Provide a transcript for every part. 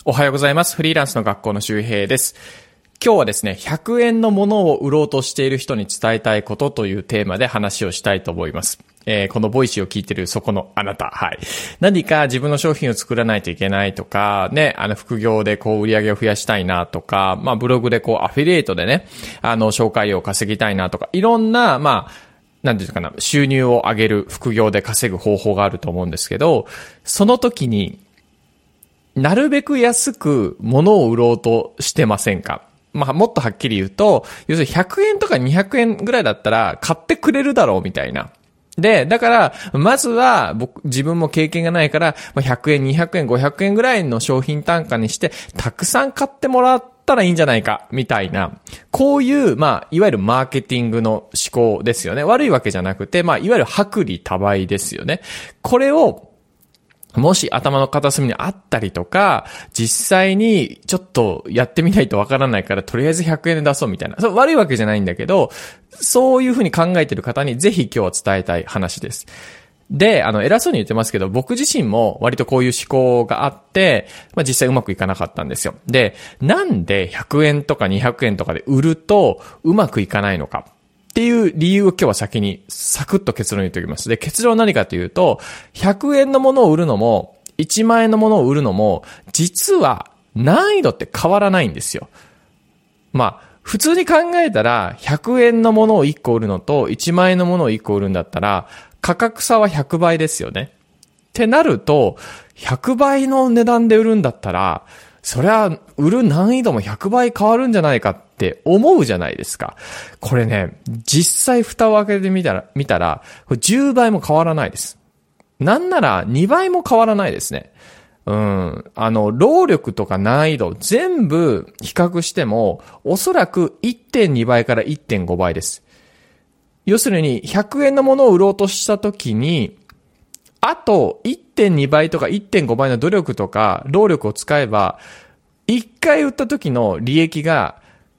おはようございます。フリーランスの学校の周平です。今日はですね、100円のものを売ろうとしている人に伝えたいことというテーマで話をしたいと思います。このボイシーを聞いているそこのあなた、はい。何か自分の商品を作らないといけないとか、ね、副業で売り上げを増やしたいなとか、ブログでアフィリエイトでね、紹介料を稼ぎたいなとか、いろんな、なんていうかな、収入を上げる副業で稼ぐ方法があると思うんですけど、その時に、なるべく安く物を売ろうとしてませんか？もっとはっきり言うと、要するに100円とか200円ぐらいだったら買ってくれるだろうみたいな。で、だから、まずは自分も経験がないから、100円、200円、500円ぐらいの商品単価にして、たくさん買ってもらったらいいんじゃないか、みたいな。こういう、いわゆるマーケティングの思考ですよね。悪いわけじゃなくて、いわゆる薄利多売ですよね。これを、もし頭の片隅にあったりとか、実際にちょっとやってみないとわからないから、とりあえず100円で出そうみたいな。悪いわけじゃないんだけど、そういうふうに考えている方にぜひ今日は伝えたい話です。で、偉そうに言ってますけど、僕自身も割とこういう思考があって、実際うまくいかなかったんですよ。で、なんで100円とか200円とかで売るとうまくいかないのか。っていう理由を今日は先にサクッと結論言っておきます。で、結論は何かというと、100円のものを売るのも、1万円のものを売るのも、実は難易度って変わらないんですよ。普通に考えたら、100円のものを1個売るのと、1万円のものを1個売るんだったら、価格差は100倍ですよね。ってなると、100倍の値段で売るんだったら、そりゃ、売る難易度も100倍変わるんじゃないかって思うじゃないですか。これね、実際蓋を開けてみたら、これ10倍も変わらないです。なんなら2倍も変わらないですね。労力とか難易度全部比較しても、おそらく 1.2 倍から 1.5 倍です。要するに、100円のものを売ろうとしたときに、あと 1.2 倍とか 1.5 倍の努力とか労力を使えば、1回売った時の利益が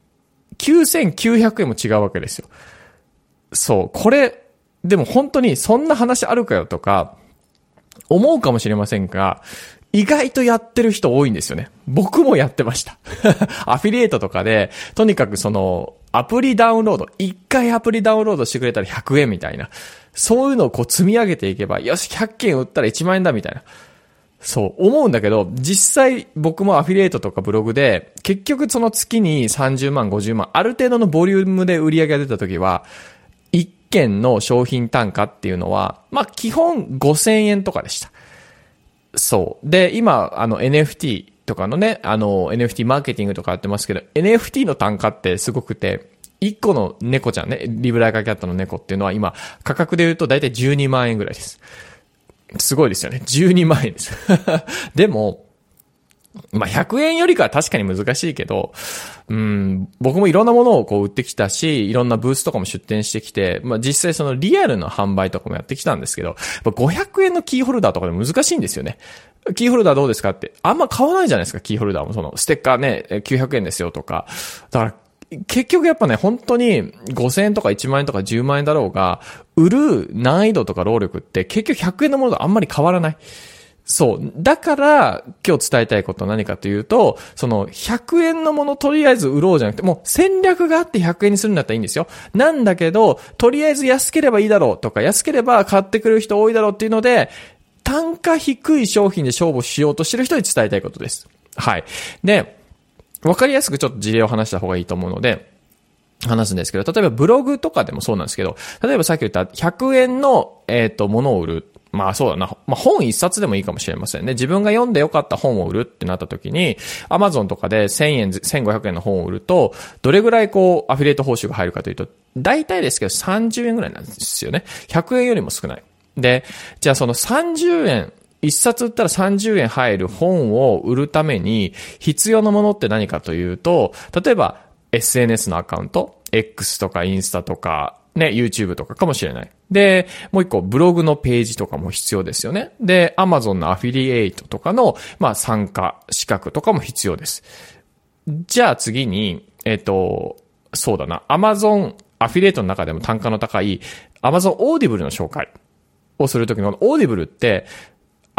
9900円も違うわけですよ。そう。これ、でも本当にそんな話あるかよとか思うかもしれませんが、意外とやってる人多いんですよね。僕もやってました。アフィリエイトとかで、とにかくアプリダウンロード、1回アプリダウンロードしてくれたら100円みたいな。そういうのを積み上げていけば、よし、100件売ったら1万円だみたいな。そう思うんだけど、実際僕もアフィリエイトとかブログで、結局その月に30万、50万、ある程度のボリュームで売り上げが出た時は、1件の商品単価っていうのは、基本5000円とかでした。そう。で、今、NFT とかのね、NFT マーケティングとかやってますけど、NFT の単価ってすごくて、1個の猫ちゃんね、リブライカキャットの猫っていうのは今、価格で言うとだいたい12万円ぐらいです。すごいですよね。12万円です。でも、100円よりかは確かに難しいけど、僕もいろんなものを売ってきたし、いろんなブースとかも出店してきて、実際リアルの販売とかもやってきたんですけど、500円のキーホルダーとかで難しいんですよね。キーホルダーどうですかって、あんま買わないじゃないですか、キーホルダーもステッカーね、900円ですよとか。だから、結局やっぱね、本当に5000円とか1万円とか10万円だろうが、売る難易度とか労力って結局100円のものとあんまり変わらない。そう。だから、今日伝えたいことは何かというと、100円のものとりあえず売ろうじゃなくて、もう戦略があって100円にするんだったらいいんですよ。なんだけど、とりあえず安ければいいだろうとか、安ければ買ってくれる人多いだろうっていうので、単価低い商品で勝負しようとしてる人に伝えたいことです。はい。で、わかりやすくちょっと事例を話した方がいいと思うので、話すんですけど、例えばブログとかでもそうなんですけど、例えばさっき言った100円の、ものを売る。そうだな。本一冊でもいいかもしれませんね。自分が読んでよかった本を売るってなった時に、Amazon とかで1000円、1500円の本を売ると、どれぐらいアフィリエイト報酬が入るかというと、大体ですけど30円ぐらいなんですよね。100円よりも少ない。で、じゃあその30円、一冊売ったら30円入る本を売るために必要なものって何かというと、例えば SNS のアカウント、X とかインスタとか、ね、YouTube とかかもしれない。で、もう一個ブログのページとかも必要ですよね。で、Amazon のアフィリエイトとかの、参加資格とかも必要です。じゃあ次に、そうだな、Amazon アフィリエイトの中でも単価の高い Amazon Audible の紹介をするときの Audible って、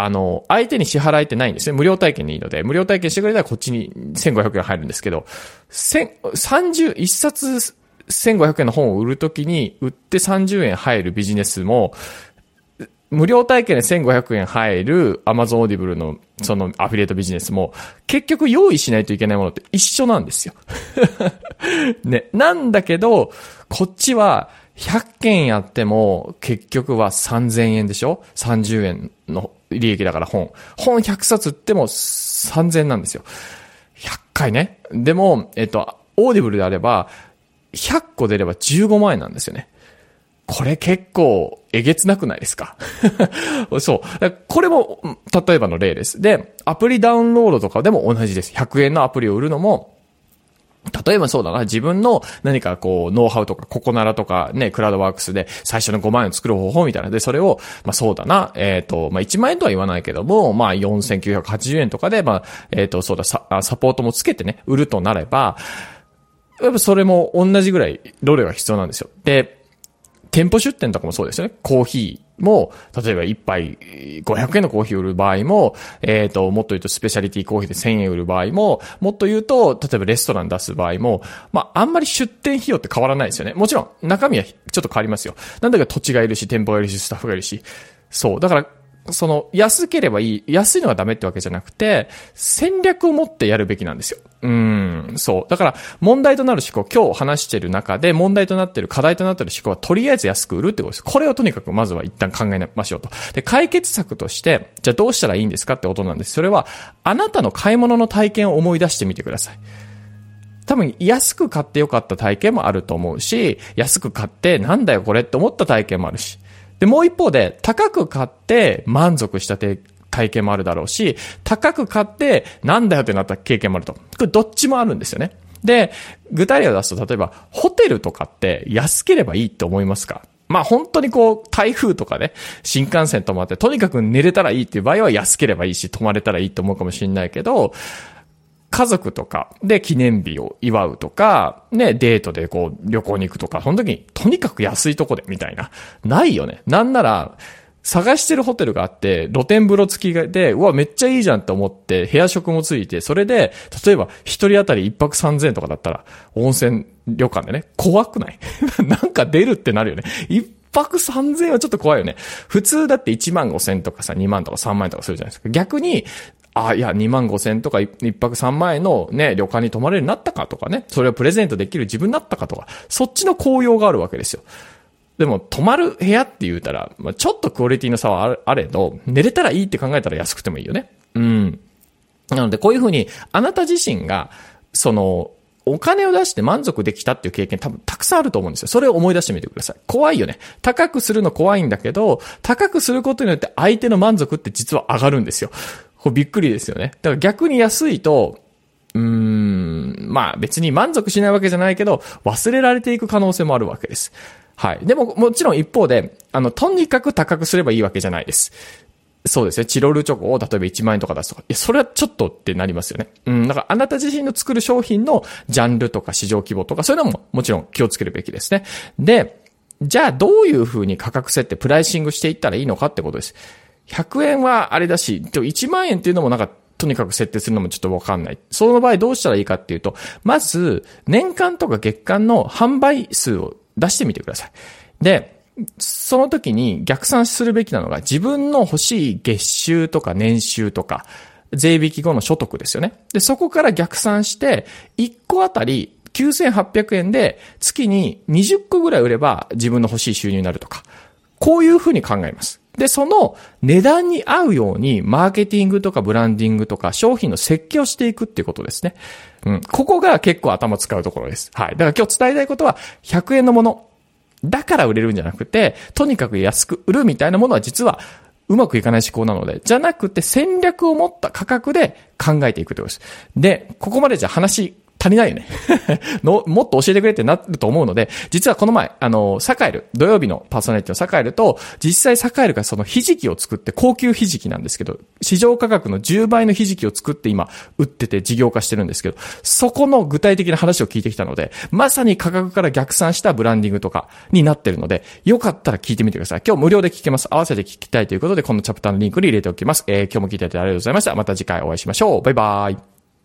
相手に支払いってないんですね。無料体験でいいので、無料体験してくれたらこっちに1500円入るんですけど、1冊1500円の本を売るときに、売って30円入るビジネスも、無料体験で1500円入る Amazon Audible のそのアフィリエイトビジネスも、結局用意しないといけないものって一緒なんですよ。ね。なんだけど、こっちは100件やっても結局は3000円でしょ ?30 円の利益だから本100冊売っても3000円なんですよ。100回ね。でも、オーディブルであれば、100個出れば15万円なんですよね。これ結構えげつなくないですか？そう。これも、例えばの例です。で、アプリダウンロードとかでも同じです。100円のアプリを売るのも、例えばそうだな、自分の何かこう、ノウハウとか、ココナラとかね、クラウドワークスで最初の5万円を作る方法みたいな。で、それを、そうだな、1万円とは言わないけども、4980円とかで、そうだ、サポートもつけてね、売るとなれば、やっぱそれも同じぐらい労力が必要なんですよ。で、店舗出店とかもそうですよね。コーヒーも、例えば一杯500円のコーヒーを売る場合も、もっと言うとスペシャリティコーヒーで1000円売る場合も、もっと言うと、例えばレストラン出す場合も、あんまり出店費用って変わらないですよね。もちろん、中身はちょっと変わりますよ。なんだけど土地がいるし、店舗がいるし、スタッフがいるし。そう。だから、安ければいい、安いのがダメってわけじゃなくて、戦略を持ってやるべきなんですよ。そう。だから、問題となる思考、今日話している中で問題となっている、課題となっている思考は、とりあえず安く売るってことです。これをとにかくまずは一旦考えましょうと。で、解決策として、じゃあどうしたらいいんですかってことなんです。それは、あなたの買い物の体験を思い出してみてください。多分、安く買ってよかった体験もあると思うし、安く買ってなんだよこれって思った体験もあるし。で、もう一方で、高く買って満足した体験もあるだろうし、高く買ってなんだよってなった経験もあると。これどっちもあるんですよね。で、具体例を出すと、例えば、ホテルとかって安ければいいって思いますか？本当に台風とかね、新幹線止まって、とにかく寝れたらいいっていう場合は安ければいいし、泊まれたらいいと思うかもしれないけど、家族とかで記念日を祝うとか、ね、デートで旅行に行くとか、その時にとにかく安いとこでみたいな。ないよね。なんなら、探してるホテルがあって、露天風呂付きで、うわ、めっちゃいいじゃんって思って、部屋食もついて、それで、例えば、一人当たり一泊3000円とかだったら、温泉旅館でね、怖くないなんか出るってなるよね。一泊3000円はちょっと怖いよね。普通だって1万5千とかさ、2万とか3万円とかするじゃないですか。逆に、いや、2万5千とか一泊3万円のね、旅館に泊まれるようになったかとかね、それをプレゼントできる自分になったかとか、そっちの効用があるわけですよ。でも、泊まる部屋って言うたら、ちょっとクオリティの差はあれど、寝れたらいいって考えたら安くてもいいよね。なので、こういうふうに、あなた自身が、お金を出して満足できたっていう経験多分たくさんあると思うんですよ。それを思い出してみてください。怖いよね。高くするの怖いんだけど、高くすることによって相手の満足って実は上がるんですよ。これびっくりですよね。だから逆に安いと、別に満足しないわけじゃないけど、忘れられていく可能性もあるわけです。はい。でも、もちろん一方で、とにかく高くすればいいわけじゃないです。そうですね。チロルチョコを例えば1万円とか出すとか。いや、それはちょっとってなりますよね。だからあなた自身の作る商品のジャンルとか市場規模とか、そういうのももちろん気をつけるべきですね。で、じゃあどういうふうに価格設定、プライシングしていったらいいのかってことです。100円はあれだし、1万円っていうのもとにかく設定するのもちょっとわかんない。その場合どうしたらいいかっていうと、まず、年間とか月間の販売数を出してみてください。で、その時に逆算するべきなのが自分の欲しい月収とか年収とか税引き後の所得ですよね。で、そこから逆算して1個あたり9800円で月に20個ぐらい売れば自分の欲しい収入になるとか、こういうふうに考えます。で、その値段に合うようにマーケティングとかブランディングとか商品の設計をしていくっていうことですね。ここが結構頭使うところです。はい。だから今日伝えたいことは100円のものだから売れるんじゃなくて、とにかく安く売るみたいなものは実はうまくいかない思考なので、じゃなくて戦略を持った価格で考えていくということです。で、ここまでじゃ話足りないよねもっと教えてくれってなると思うので、実はこの前、サカエル、土曜日のパーソナリティのサカエルと、実際サカエルがそのひじきを作って、高級ひじきなんですけど、市場価格の10倍のひじきを作って今、売ってて事業化してるんですけど、そこの具体的な話を聞いてきたので、まさに価格から逆算したブランディングとかになってるので、よかったら聞いてみてください。今日無料で聞けます。合わせて聞きたいということで、このチャプターのリンクに入れておきます。今日も聞いていただいてありがとうございました。また次回お会いしましょう。バイバーイ。